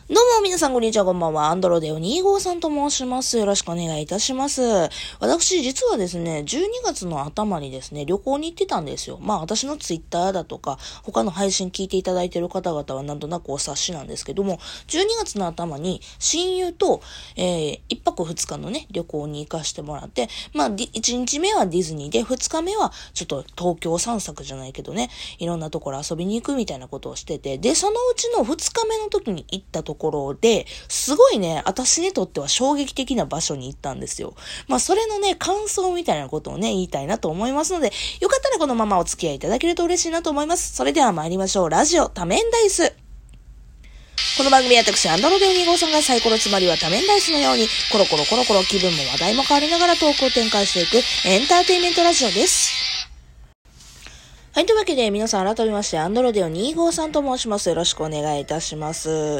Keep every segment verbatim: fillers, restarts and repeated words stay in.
どうも皆さんこんにちは、こんばんは。アンドロデオにじゅうごさんと申します。よろしくお願いいたします。私、実はですね、じゅうにがつの頭にですね、旅行に行ってたんですよ。まあ私のツイッターだとか、他の配信聞いていただいている方々はなんとなくお察しなんですけども、じゅうにがつの頭に親友と、えー、いっぱくふつかのね、旅行に行かしてもらって、まあいちにちめはディズニーで、ふつかめはちょっと東京散策じゃないけどね、いろんなところ遊びに行くみたいなことをしてて、で、そのうちのふつかめの時に行ったところところで、すごいね、私にとっては衝撃的な場所に行ったんですよ。まあ、それのね、感想みたいなことをね、言いたいなと思いますので、よかったらこのままお付き合いいただけると嬉しいなと思います。それでは参りましょう。ラジオ多面ダイス。この番組は私、アンドロデオにじゅうごさんがサイコロつまりは多面ダイスのように、コロコロコロコロ気分も話題も変わりながらトークを展開していくエンターテインメントラジオです。はい、というわけで、皆さん改めまして、アンドロデオにじゅうごさんと申します。よろしくお願いいたします。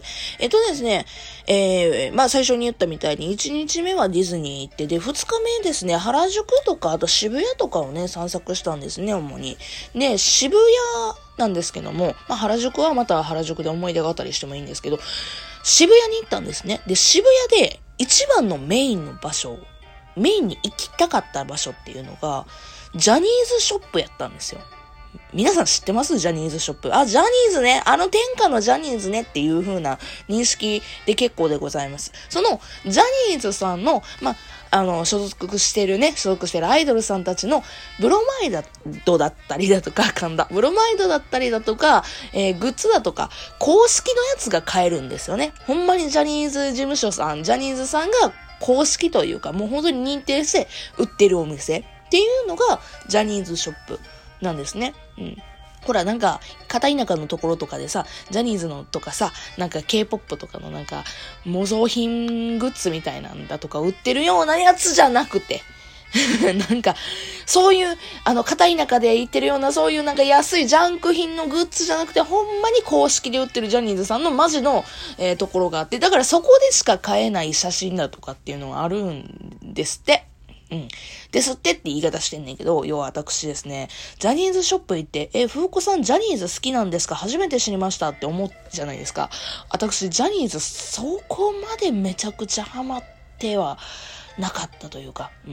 えっとですね、えー、まあ最初に言ったみたいに、いちにちめはディズニー行って、で、ふつかめですね、原宿とか、あと渋谷とかをね、散策したんですね、主に。で、渋谷なんですけども、まあ原宿はまた原宿で思い出があったりしてもいいんですけど、渋谷に行ったんですね。で、渋谷で一番のメインの場所、メインに行きたかった場所っていうのが、ジャニーズショップやったんですよ。皆さん知ってます？ジャニーズショップ。あ、ジャニーズね。あの天下のジャニーズねっていう風な認識で結構でございます。その、ジャニーズさんの、ま、あの、所属してるね、所属してるアイドルさんたちのブロマイドだったりだとか、噛んだ。ブロマイドだったりだとか、えー、グッズだとか、公式のやつが買えるんですよね。ほんまにジャニーズ事務所さん、ジャニーズさんが公式というか、もう本当に認定して売ってるお店っていうのが、ジャニーズショップなんですね。うん。ほら、なんか、片田舎のところとかでさ、ジャニーズのとかさ、なんか K-ポップ とかのなんか、模造品グッズみたいなんだとか売ってるようなやつじゃなくて、なんか、そういう、あの、片田舎で言ってるような、そういうなんか安いジャンク品のグッズじゃなくて、ほんまに公式で売ってるジャニーズさんのマジの、えー、ところがあって、だからそこでしか買えない写真だとかっていうのがあるんですって。うん。ですってって言い方してんねんけど、要は私ですね、ジャニーズショップ行って、え、ふうこさんジャニーズ好きなんですか？初めて知りましたって思うじゃないですか。私、ジャニーズそこまでめちゃくちゃハマってはなかったというか、うん。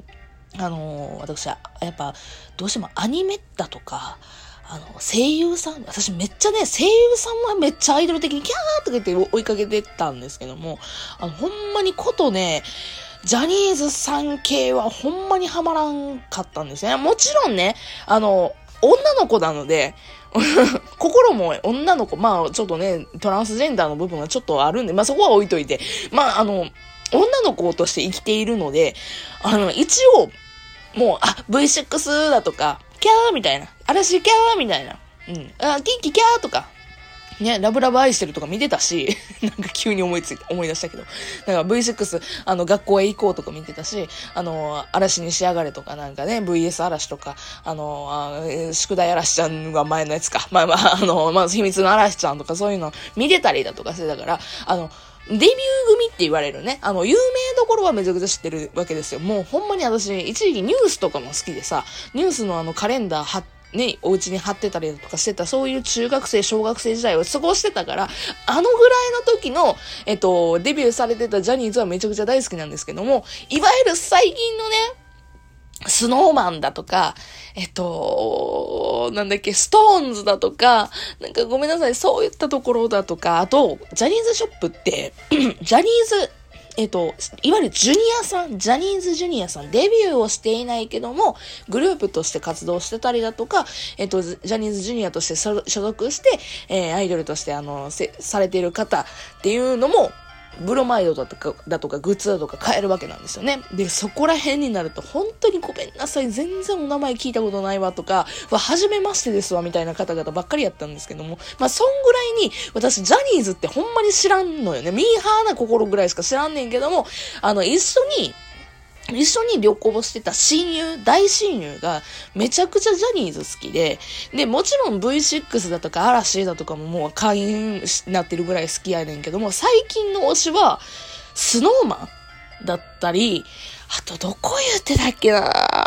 あのー、私は、やっぱ、どうしてもアニメだとか、あの、声優さん、私めっちゃね、声優さんはめっちゃアイドル的にキャーとか言って追いかけてたんですけども、あの、ほんまにことね、ジャニーズさん系はほんまにハマらんかったんですね。もちろんね、あの、女の子なので、心も女の子、まあちょっとね、トランスジェンダーの部分はちょっとあるんで、まあそこは置いといて、まああの、女の子として生きているので、あの、一応、もう、あ、ブイシックス だとか、キャーみたいな、嵐キャーみたいな、うん、あ、キンキキャーとか、ね、ラブラブ愛してるとか見てたし、なんか急に思いつい、思い出したけど、なんか ブイシックス、あの、学校へ行こうとか見てたし、あの、嵐に仕上がれとかなんかね、ブイエス 嵐とか、あの、あ宿題嵐ちゃんが前のやつか、まあまあ、あの、まあ、秘密の嵐ちゃんとかそういうの見てたりだとかしてたから、あの、デビュー組って言われるね、あの、有名どころはめちゃくちゃ知ってるわけですよ。もうほんまに私、一時期ニュースとかも好きでさ、ニュースのあのカレンダー貼って、ね、お家に貼ってたりとかしてた、そういう中学生、小学生時代を過ごしてたから、あのぐらいの時の、えっと、デビューされてたジャニーズはめちゃくちゃ大好きなんですけども、いわゆる最近のね、スノーマンだとか、えっと、なんだっけ、ストーンズだとか、なんかごめんなさい、そういったところだとか、あと、ジャニーズショップって、ジャニーズ、えっと、いわゆるジュニアさん、ジャニーズジュニアさん、デビューをしていないけども、グループとして活動してたりだとか、えっと、ジャニーズジュニアとして所属して、えー、アイドルとして、あの、せ、されている方っていうのも、ブロマイドだとか、だとか、グッズだとか買えるわけなんですよね。で、そこら辺になると、本当にごめんなさい、全然お名前聞いたことないわとか、は、初めましてですわ、みたいな方々ばっかりやったんですけども、まあ、そんぐらいに、私、ジャニーズってほんまに知らんのよね。ミーハーな心ぐらいしか知らんねんけども、あの、一緒に、一緒に旅行してた親友、大親友がめちゃくちゃジャニーズ好きで、で、もちろん ブイシックス だとか嵐だとかももう会員になってるぐらい好きやねんけども、最近の推しはスノーマンだったり、あとどこ言ってたっけな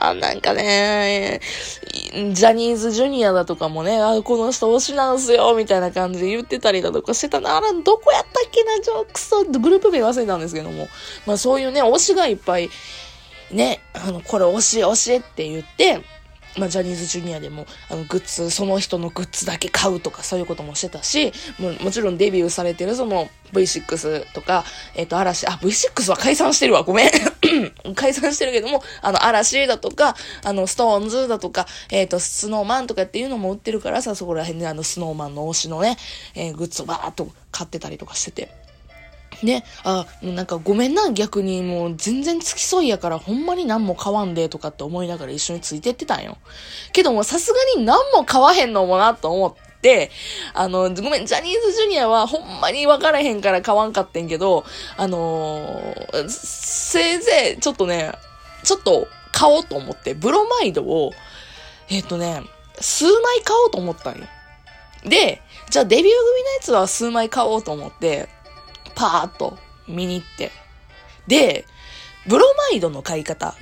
な、なんかね、ジャニーズジュニアだとかもね、あ、この人推しなんすよ、みたいな感じで言ってたりだとかしてたな。あら、どこやったっけな、ジョークソ、グループ名忘れたんですけども。まあそういうね、推しがいっぱい、ね、あの、これ推し推しって言って、まあ、ジャニーズジュニアでも、あの、グッズ、その人のグッズだけ買うとか、そういうこともしてたし、ももちろんデビューされてる、その、ブイシックス とか、えっと、嵐、あ、ブイシックス は解散してるわ、ごめん。解散してるけども、あの、嵐だとか、あの、ストーンズだとか、えっと、スノーマンとかっていうのも売ってるからさ、そこら辺であの、スノーマンの推しのね、えー、グッズをバーっと買ってたりとかしてて。ね、あ、なんかごめんな、逆にもう全然付き添いやからほんまに何も買わんでとかって思いながら一緒についてってたんよ。けどもさすがに何も買わへんのもなと思って、あの、ごめん、ジャニーズジュニアはほんまに分からへんから買わんかってんけど、あのー、せいぜいちょっとね、ちょっと買おうと思って、ブロマイドを、えっとね、数枚買おうと思ったんよ。で、じゃあデビュー組のやつは数枚買おうと思って、パーッと見に行って。で、ブロマイドの買い方って、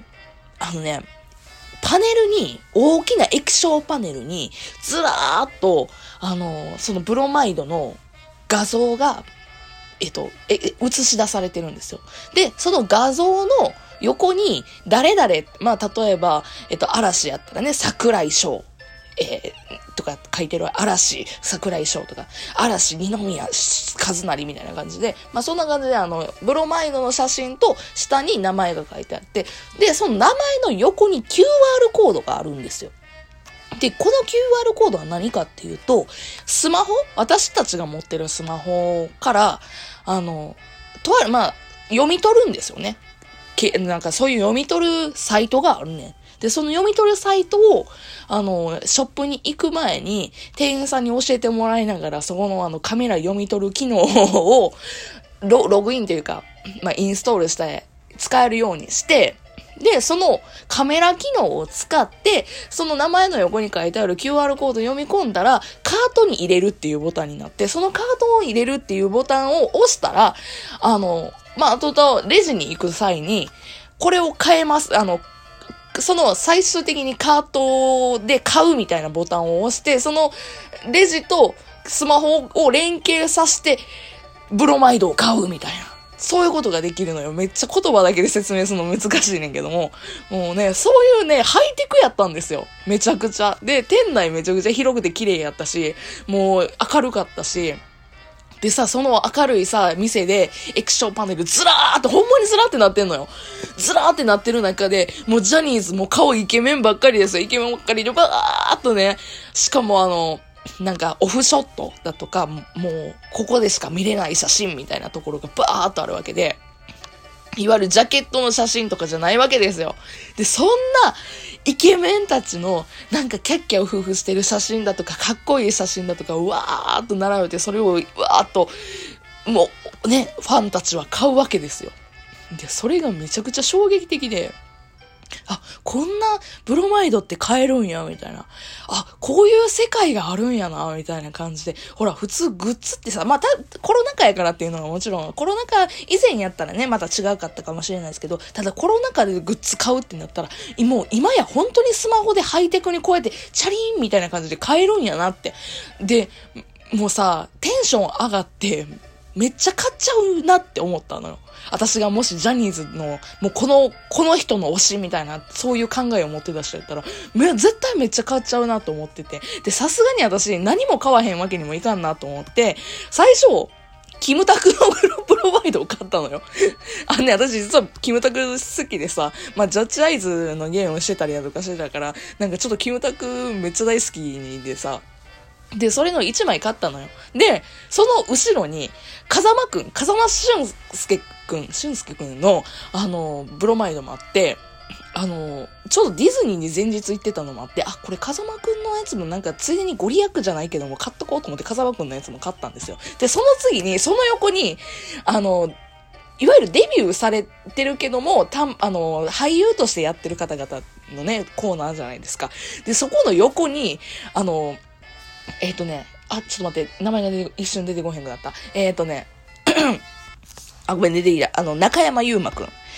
あのね、パネルに、大きな液晶パネルに、ずらーっと、あの、そのブロマイドの画像が、えっと、え、映し出されてるんですよ。で、その画像の横に、誰々、まあ、例えば、えっと、嵐やったらね、桜井翔。えー、とか書いてる嵐、桜井翔とか、嵐、二宮和也みたいな感じで、まあそんな感じであの、ブロマイドの写真と下に名前が書いてあって、で、その名前の横に キューアール コードがあるんですよ。で、この キューアール コードは何かっていうと、スマホ、私たちが持ってるスマホから、あの、とある、まあ、読み取るんですよね。け、なんかそういう読み取るサイトがあるねん。で、その読み取るサイトを、あの、ショップに行く前に、店員さんに教えてもらいながら、そこのあの、カメラ読み取る機能をロ、ログインというか、まあ、インストールして、使えるようにして、で、そのカメラ機能を使って、その名前の横に書いてある キューアール コード読み込んだら、カートに入れるっていうボタンになって、そのカートを入れるっていうボタンを押したら、あの、まあ、あとと、レジに行く際に、これを変えます、あの、その最終的にカートで買うみたいなボタンを押して、そのレジとスマホを連携させて、ブロマイドを買うみたいな。そういうことができるのよ。めっちゃ言葉だけで説明するの難しいねんけども。もうね、そういうね、ハイテクやったんですよ。めちゃくちゃ。で、店内めちゃくちゃ広くて綺麗やったし、もう明るかったし、でさ、その明るいさ、店で、液晶パネルずらーって、ほんまにずらーってなってんのよ。ずらーってなってる中で、もうジャニーズも顔イケメンばっかりですよ。イケメンばっかりで、ばーっとね、しかもあの、なんかオフショットだとか、もう、ここでしか見れない写真みたいなところがバーっとあるわけで、いわゆるジャケットの写真とかじゃないわけですよ。で、そんなイケメンたちのなんかキャッキャウフフしてる写真だとかかっこいい写真だとかうわーっと並べてそれをうわーっともうね、ファンたちは買うわけですよ。で、それがめちゃくちゃ衝撃的で、あ、こんなブロマイドって買えるんや、みたいな。あ、こういう世界があるんやな、みたいな感じで。ほら、普通グッズってさ、まあ、た、コロナ禍やからっていうのはもちろん、コロナ禍以前やったらね、また違うかったかもしれないですけど、ただコロナ禍でグッズ買うってなったら、もう今や本当にスマホでハイテクにこうやって、チャリーンみたいな感じで買えるんやなって。で、もうさ、テンション上がって、めっちゃ買っちゃうなって思ったのよ。私がもしジャニーズの、もうこの、この人の推しみたいな、そういう考えを持って出してやったら、め、絶対めっちゃ買っちゃうなと思ってて。で、さすがに私何も買わへんわけにもいかんなと思って、最初、キムタクのプロバイドを買ったのよ。あのね、私実はキムタク好きでさ、まあ、ジャッジアイズのゲームしてたりだとかしてたから、なんかちょっとキムタクめっちゃ大好きでさ、で、それの一枚買ったのよ。で、その後ろに、風間くん、風間俊介くん、俊介くんの、あの、ブロマイドもあって、あの、ちょうどディズニーに前日行ってたのもあって、あ、これ風間くんのやつもなんか、ついでにご利益じゃないけども、買っとこうと思って風間くんのやつも買ったんですよ。で、その次に、その横に、あの、いわゆるデビューされてるけども、たあの、俳優としてやってる方々のね、コーナーじゃないですか。で、そこの横に、あの、えっ、ー、とね、あ、ちょっと待って、名前が出て一瞬出てこへんくなった。えっ、ー、とね、あ、ごめん、出てきた。あの、中山優馬くん。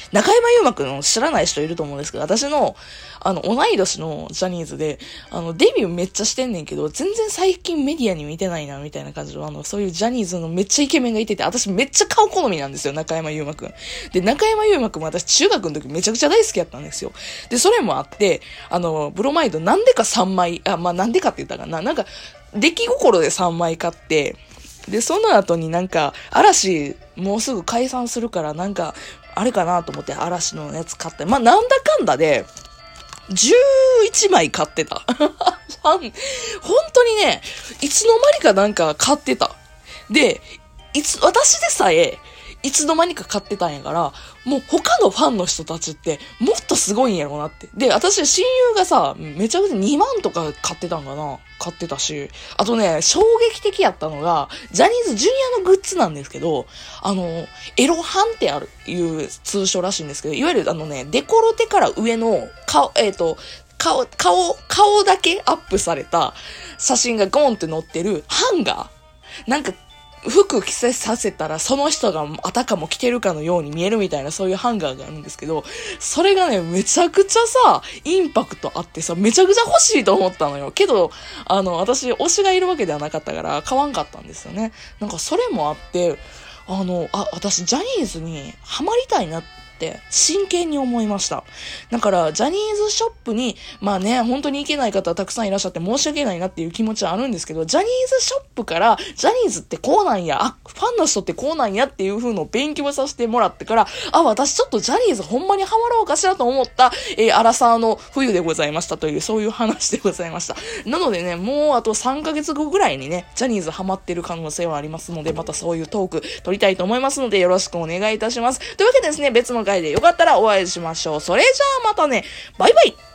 中山優馬くん知らない人いると思うんですけど、私の、あの、同い年のジャニーズで、あの、デビューめっちゃしてんねんけど、全然最近メディアに見てないな、みたいな感じの、あの、そういうジャニーズのめっちゃイケメンがいてて、私めっちゃ顔好みなんですよ、中山優馬くん。で、中山優馬くんも私中学の時めちゃくちゃ大好きやったんですよ。で、それもあって、あの、ブロマイドなんでかさんまい、あ、まあ、なんでかって言ったかな、なんか、出来心でさんまい買って、で、その後になんか、嵐、もうすぐ解散するから、なんか、あれかなと思って嵐のやつ買って、まあ、なんだかんだで、じゅういちまい買ってた。本当にね、いつの間にかなんか買ってた。で、いつ、私でさえ、いつの間にか買ってたんやから、もう他のファンの人たちってもっとすごいんやろうなって。で、私親友がさ、めちゃくちゃにまんとか買ってたんかな買ってたし。あとね、衝撃的やったのが、ジャニーズジュニアのグッズなんですけど、あの、エロハンってある、いう通称らしいんですけど、いわゆるあのね、デコロテから上の顔、えっと、顔、顔、顔だけアップされた写真がゴンって載ってるハンガー。なんか、服着せさせたらその人があたかも着てるかのように見えるみたいなそういうハンガーがあるんですけど、それがね、めちゃくちゃさ、インパクトあってさ、めちゃくちゃ欲しいと思ったのよ。けど、あの、私、推しがいるわけではなかったから買わんかったんですよね。なんかそれもあって、あの、あ、私ジャニーズにハマりたいなって、真剣に思いました。だから、ジャニーズショップに、まあね、本当に行けない方はたくさんいらっしゃって申し訳ないなっていう気持ちはあるんですけど、ジャニーズショップから、ジャニーズってこうなんや、あ、ファンの人ってこうなんやっていう風のを勉強させてもらってから、あ、私ちょっとジャニーズほんまにハマろうかしらと思った、えー、アラサーの冬でございましたという、そういう話でございました。なのでね、もうあとさんかげつごぐらいにね、ジャニーズハマってる可能性はありますので、またそういうトーク取りたいと思いますので、よろしくお願いいたします。というわけでですね、別の回でよかったらお会いしましょう。それじゃあまたね、バイバイ。